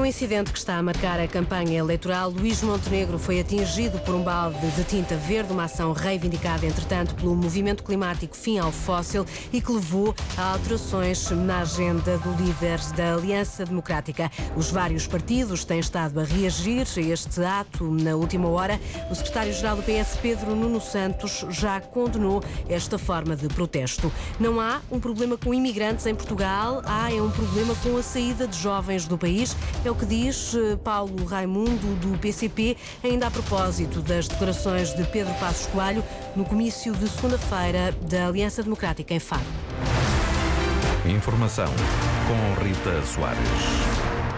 Um incidente que está a marcar a campanha eleitoral. Luís Montenegro foi atingido por um balde de tinta verde, uma ação reivindicada, entretanto, pelo movimento climático Fim ao Fóssil e que levou a alterações na agenda do líder da Aliança Democrática. Os vários partidos têm estado a reagir a este ato na última hora. O secretário-geral do PS, Pedro Nuno Santos, já condenou esta forma de protesto. Não há um problema com imigrantes em Portugal, é um problema com a saída de jovens do país. É o que diz Paulo Raimundo, do PCP, ainda a propósito das declarações de Pedro Passos Coelho no comício de segunda-feira da Aliança Democrática em Faro. Informação com Rita Soares.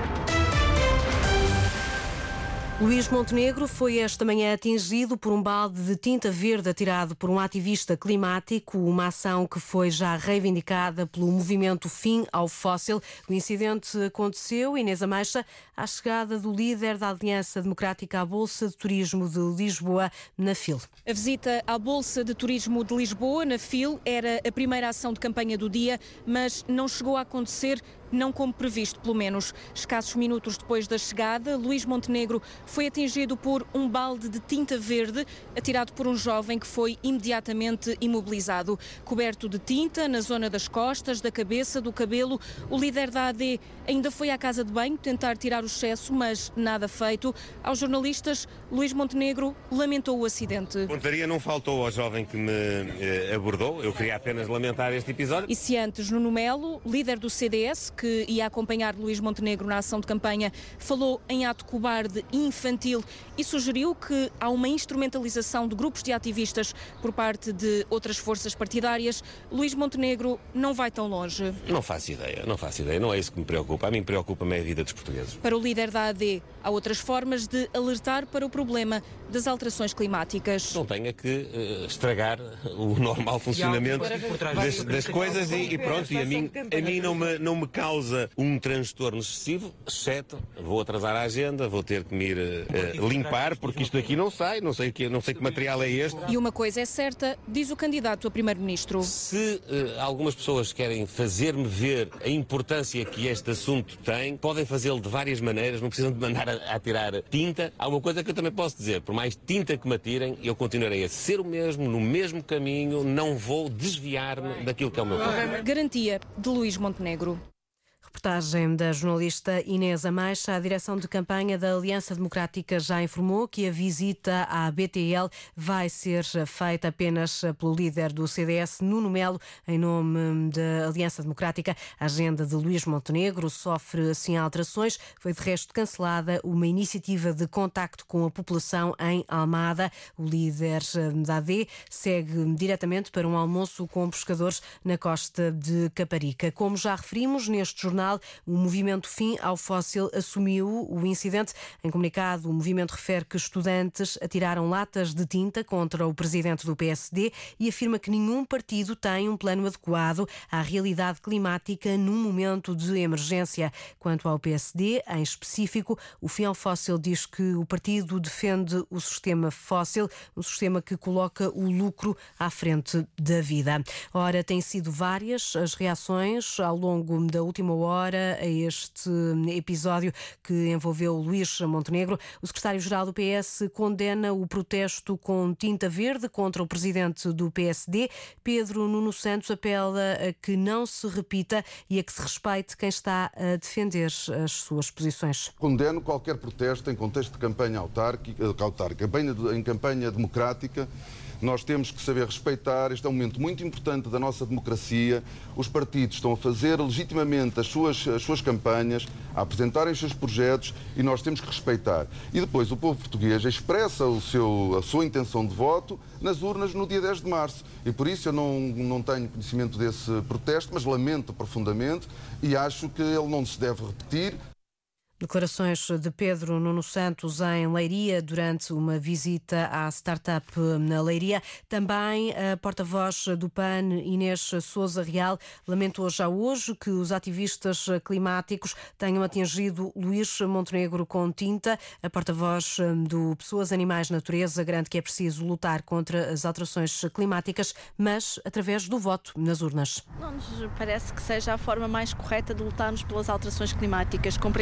Luís Montenegro foi esta manhã atingido por um balde de tinta verde atirado por um ativista climático, uma ação que foi já reivindicada pelo movimento Fim ao Fóssil. O incidente aconteceu, Inês Ameixa, à chegada do líder da Aliança Democrática à Bolsa de Turismo de Lisboa, na FIL. A visita à Bolsa de Turismo de Lisboa, na FIL, era a primeira ação de campanha do dia, mas não chegou a acontecer, não como previsto, pelo menos. Escassos minutos depois da chegada, Luís Montenegro foi atingido por um balde de tinta verde atirado por um jovem que foi imediatamente imobilizado. Coberto de tinta na zona das costas, da cabeça, do cabelo, o líder da AD ainda foi à casa de banho tentar tirar o excesso, mas nada feito. Aos jornalistas, Luís Montenegro lamentou o acidente. Pontaria não faltou ao jovem que me abordou. Eu queria apenas lamentar este episódio. E se antes Nuno Melo, líder do CDS, que ia acompanhar Luís Montenegro na ação de campanha, falou em ato cobarde e infantil e sugeriu que há uma instrumentalização de grupos de ativistas por parte de outras forças partidárias, Luís Montenegro não vai tão longe. Não faço ideia, não é isso que me preocupa. A mim preocupa-me a vida dos portugueses. Para o líder da AD, há outras formas de alertar para o problema das alterações climáticas. Não tenha que estragar o normal funcionamento das coisas e pronto, e a mim não me causa um transtorno excessivo, exceto vou atrasar a agenda, vou ter que me ir limpar, porque isto aqui não sei que material é este. E uma coisa é certa, diz o candidato a primeiro-ministro. Se algumas pessoas querem fazer-me ver a importância que este assunto tem, podem fazê-lo de várias maneiras, não precisam de mandar a tirar tinta. Há uma coisa que eu também posso dizer, por mais tinta que me atirem, eu continuarei a ser o mesmo, no mesmo caminho, não vou desviar-me daquilo que é o meu papel. Garantia de Luís Montenegro. Reportagem da jornalista Inês Ameixa. A direção de campanha da Aliança Democrática já informou que a visita à BTL vai ser feita apenas pelo líder do CDS, Nuno Melo, em nome da Aliança Democrática. A agenda de Luís Montenegro sofre assim alterações. Foi de resto cancelada uma iniciativa de contacto com a população em Almada. O líder da AD segue diretamente para um almoço com pescadores na costa de Caparica. Como já referimos neste jornal, o movimento Fim ao Fóssil assumiu o incidente. Em comunicado, o movimento refere que estudantes atiraram latas de tinta contra o presidente do PSD e afirma que nenhum partido tem um plano adequado à realidade climática num momento de emergência. Quanto ao PSD, em específico, o Fim ao Fóssil diz que o partido defende o sistema fóssil, um sistema que coloca o lucro à frente da vida. Ora, têm sido várias as reações ao longo da última hora a este episódio que envolveu Luís Montenegro. O secretário-geral do PS condena o protesto com tinta verde contra o presidente do PSD. Pedro Nuno Santos apela a que não se repita e a que se respeite quem está a defender as suas posições. Condeno qualquer protesto em contexto de campanha autárquica, em campanha democrática. Nós temos que saber respeitar. Este é um momento muito importante da nossa democracia. Os partidos estão a fazer legitimamente as suas campanhas, a apresentarem os seus projetos e nós temos que respeitar. E depois o povo português expressa a sua intenção de voto nas urnas no dia 10 de março. E por isso eu não tenho conhecimento desse protesto, mas lamento profundamente e acho que ele não se deve repetir. Declarações de Pedro Nuno Santos em Leiria durante uma visita à startup na Leiria. Também a porta-voz do PAN, Inês Sousa Real, lamentou já hoje que os ativistas climáticos tenham atingido Luís Montenegro com tinta. A porta-voz do Pessoas, Animais, Natureza garante que é preciso lutar contra as alterações climáticas, mas através do voto nas urnas. Não nos parece que seja a forma mais correta de lutarmos pelas alterações climáticas. Compreendemos que os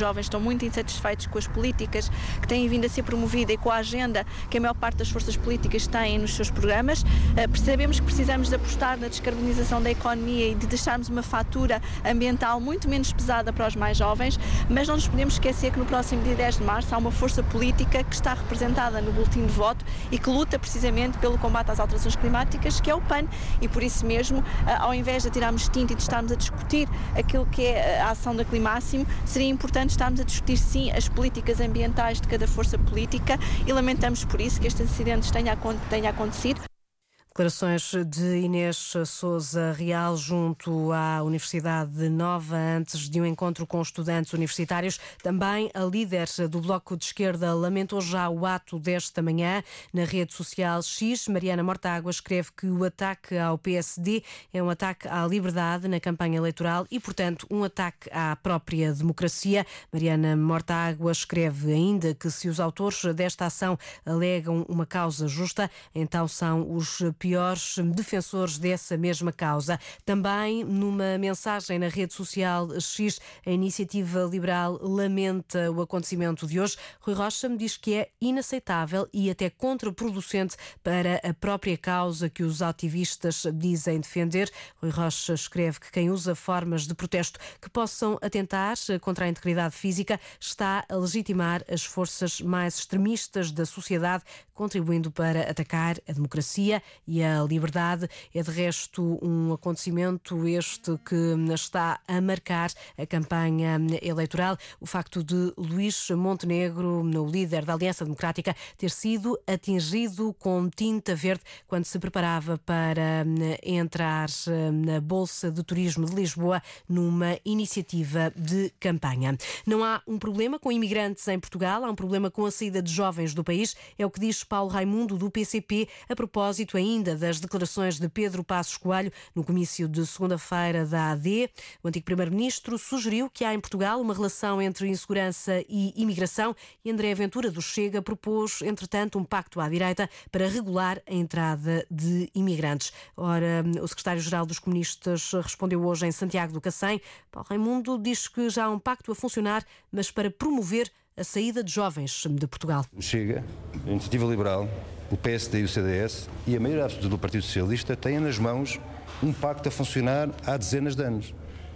jovens estão muito insatisfeitos com as políticas que têm vindo a ser promovida e com a agenda que a maior parte das forças políticas têm nos seus programas. Percebemos que precisamos de apostar na descarbonização da economia e de deixarmos uma fatura ambiental muito menos pesada para os mais jovens, mas não nos podemos esquecer que no próximo dia 10 de março há uma força política que está representada no boletim de voto e que luta precisamente pelo combate às alterações climáticas, que é o PAN, e por isso mesmo, ao invés de tirarmos tinta e de estarmos a discutir aquilo que é a ação da Climáximo, seria importante estarmos a discutir sim as políticas ambientais de cada força política e lamentamos por isso que este acidente tenha acontecido. Declarações de Inês Sousa Real junto à Universidade de Nova, antes de um encontro com estudantes universitários. Também a líder do Bloco de Esquerda lamentou já o ato desta manhã. Na rede social X, Mariana Mortágua escreve que o ataque ao PSD é um ataque à liberdade na campanha eleitoral e, portanto, um ataque à própria democracia. Mariana Mortágua escreve ainda que se os autores desta ação alegam uma causa justa, então são os piores defensores dessa mesma causa. Também numa mensagem na rede social X, a Iniciativa Liberal lamenta o acontecimento de hoje. Rui Rocha me diz que é inaceitável e até contraproducente para a própria causa que os ativistas dizem defender. Rui Rocha escreve que quem usa formas de protesto que possam atentar contra a integridade física está a legitimar as forças mais extremistas da sociedade, contribuindo para atacar a democracia e a liberdade. É de resto um acontecimento este que está a marcar a campanha eleitoral. O facto de Luís Montenegro, o líder da Aliança Democrática, ter sido atingido com tinta verde quando se preparava para entrar na Bolsa de Turismo de Lisboa numa iniciativa de campanha. Não há um problema com imigrantes em Portugal, há um problema com a saída de jovens do país, é o que diz Paulo Raimundo, do PCP, a propósito ainda das declarações de Pedro Passos Coelho no comício de segunda-feira da AD. O antigo primeiro-ministro sugeriu que há em Portugal uma relação entre insegurança e imigração e André Ventura do Chega propôs, entretanto, um pacto à direita para regular a entrada de imigrantes. Ora, o secretário-geral dos comunistas respondeu hoje em Santiago do Cacém. Paulo Raimundo diz que já há um pacto a funcionar, mas para promover a saída de jovens de Portugal. O Chega, a Iniciativa Liberal, o PSD e o CDS e a maioria absoluta do Partido Socialista têm nas mãos um pacto a funcionar há dezenas de anos.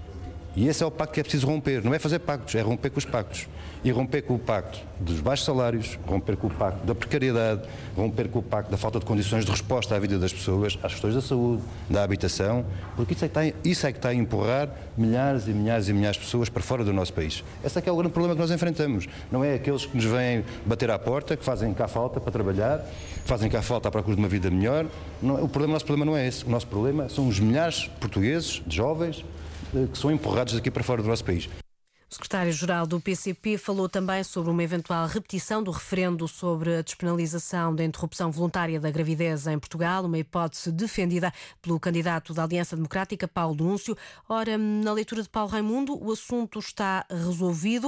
E esse é o pacto que é preciso romper. Não é fazer pactos, é romper com os pactos. E romper com o pacto dos baixos salários, romper com o pacto da precariedade, romper com o pacto da falta de condições de resposta à vida das pessoas, às questões da saúde, da habitação, porque isso é que está a empurrar milhares e milhares e milhares de pessoas para fora do nosso país. Esse é que é o grande problema que nós enfrentamos. Não é aqueles que nos vêm bater à porta, que fazem cá falta para trabalhar, fazem cá falta à procura de uma vida melhor. O nosso problema não é esse. O nosso problema são os milhares de portugueses, de jovens, que são empurrados daqui para fora do nosso país. O secretário-geral do PCP falou também sobre uma eventual repetição do referendo sobre a despenalização da interrupção voluntária da gravidez em Portugal, uma hipótese defendida pelo candidato da Aliança Democrática, Paulo Núncio. Ora, na leitura de Paulo Raimundo, o assunto está resolvido.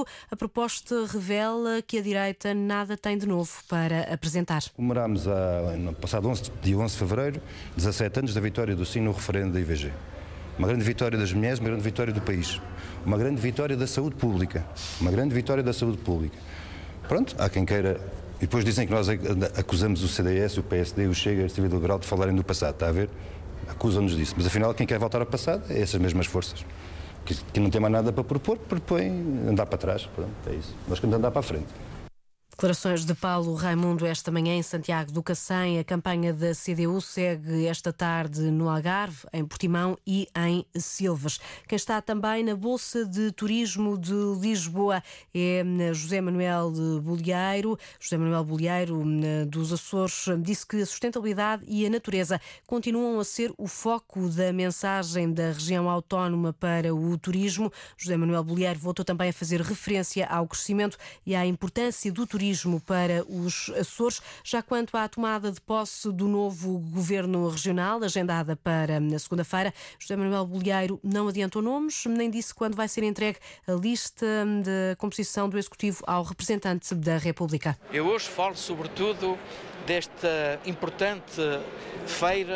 A revela que a direita nada tem de novo para apresentar. Comemorámos no passado dia 11 de fevereiro, 17 anos da vitória do sim no referendo da IVG. Uma grande vitória das mulheres, uma grande vitória do país. Uma grande vitória da saúde pública. Uma grande vitória da saúde pública. Pronto, há quem queira... E depois dizem que nós acusamos o CDS, o PSD e o Chega, a Iniciativa Liberal, de falarem do passado. Está a ver? Acusam-nos disso. Mas afinal, quem quer voltar ao passado é essas mesmas forças. Que não tem mais nada para propõe andar para trás. Pronto, é isso. Nós queremos andar para a frente. Declarações de Paulo Raimundo esta manhã em Santiago do Cacém. A campanha da CDU segue esta tarde no Algarve, em Portimão e em Silves. Quem está também na Bolsa de Turismo de Lisboa é José Manuel Bolieiro. José Manuel Bolieiro, dos Açores, disse que a sustentabilidade e a natureza continuam a ser o foco da mensagem da região autónoma para o turismo. José Manuel Bolieiro voltou também a fazer referência ao crescimento e à importância do turismo para os Açores. Já quanto à tomada de posse do novo governo regional, agendada para a segunda-feira, José Manuel Bolieiro não adiantou nomes, nem disse quando vai ser entregue a lista de composição do Executivo ao representante da República. Eu hoje falo sobretudo desta importante feira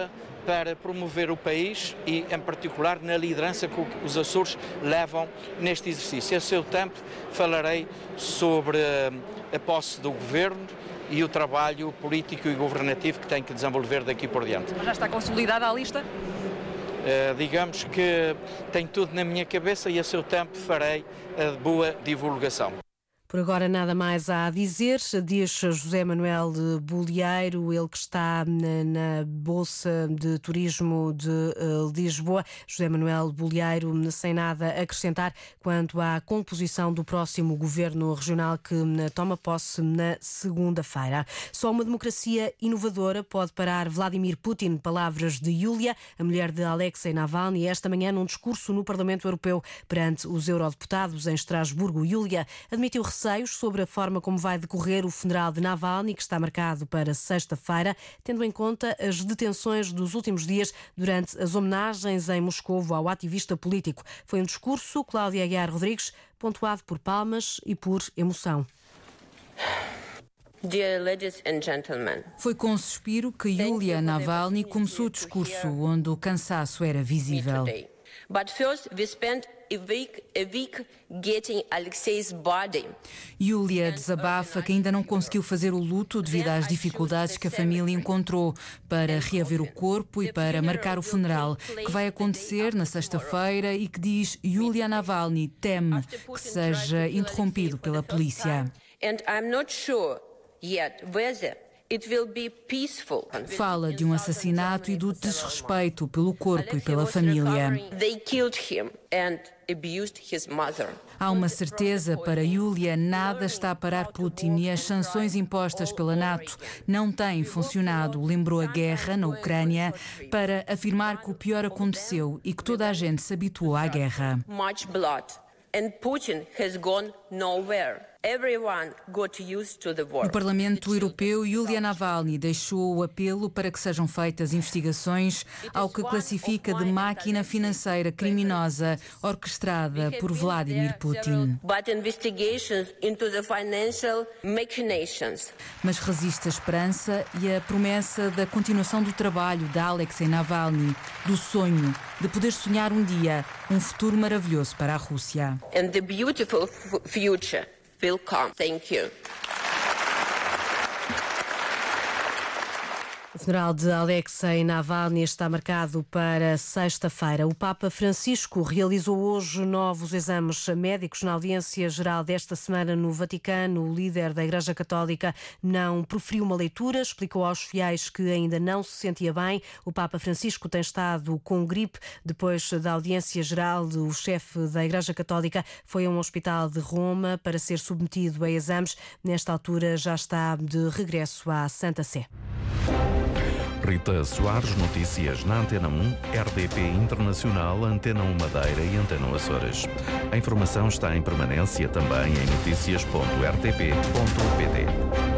para promover o país e, em particular, na liderança que os Açores levam neste exercício. A seu tempo falarei sobre a posse do Governo e o trabalho político e governativo que tem que desenvolver daqui por diante. Já está consolidada a lista? Digamos que tem tudo na minha cabeça e a seu tempo farei a boa divulgação. Por agora nada mais há a dizer, diz José Manuel Bolieiro, ele que está na Bolsa de Turismo de Lisboa. José Manuel Bolieiro sem nada a acrescentar quanto à composição do próximo governo regional que toma posse na segunda-feira. Só uma democracia inovadora pode parar Vladimir Putin, palavras de Yulia, a mulher de Alexei Navalny, esta manhã num discurso no Parlamento Europeu perante os eurodeputados em Estrasburgo. Yulia admitiu receios sobre a forma como vai decorrer o funeral de Navalny, que está marcado para sexta-feira, tendo em conta as detenções dos últimos dias durante as homenagens em Moscovo ao ativista político. Foi um discurso, Cláudia Aguiar Rodrigues, pontuado por palmas e por emoção. Foi com suspiro que Yulia Navalny começou o discurso, onde o cansaço era visível. Yulia desabafa que ainda não conseguiu fazer o luto devido às dificuldades que a família encontrou para reaver o corpo e para marcar o funeral, que vai acontecer na sexta-feira e que diz Yulia Navalny teme que seja interrompido pela polícia. Fala de um assassinato e do desrespeito pelo corpo e pela família. Há uma certeza para Yulia, nada está a parar Putin e as sanções impostas pela NATO não têm funcionado. Lembrou a guerra na Ucrânia para afirmar que o pior aconteceu e que toda a gente se habituou à guerra. No Parlamento Europeu, Yulia Navalny deixou o apelo para que sejam feitas investigações ao que classifica de máquina financeira criminosa orquestrada por Vladimir Putin. Mas resiste a esperança e a promessa da continuação do trabalho de Alexei Navalny, do sonho de poder sonhar um dia um futuro maravilhoso para a Rússia. And the beautiful future will come. Thank you. O funeral de Alexei Navalny está marcado para sexta-feira. O Papa Francisco realizou hoje novos exames médicos na audiência geral desta semana no Vaticano. O líder da Igreja Católica não proferiu uma leitura, explicou aos fiéis que ainda não se sentia bem. O Papa Francisco tem estado com gripe. Depois da audiência geral, o chefe da Igreja Católica foi a um hospital de Roma para ser submetido a exames. Nesta altura já está de regresso à Santa Sé. Rita Soares, notícias na Antena 1, RDP Internacional, Antena 1 Madeira e Antena Açores. A informação está em permanência também em noticias.rtp.pt.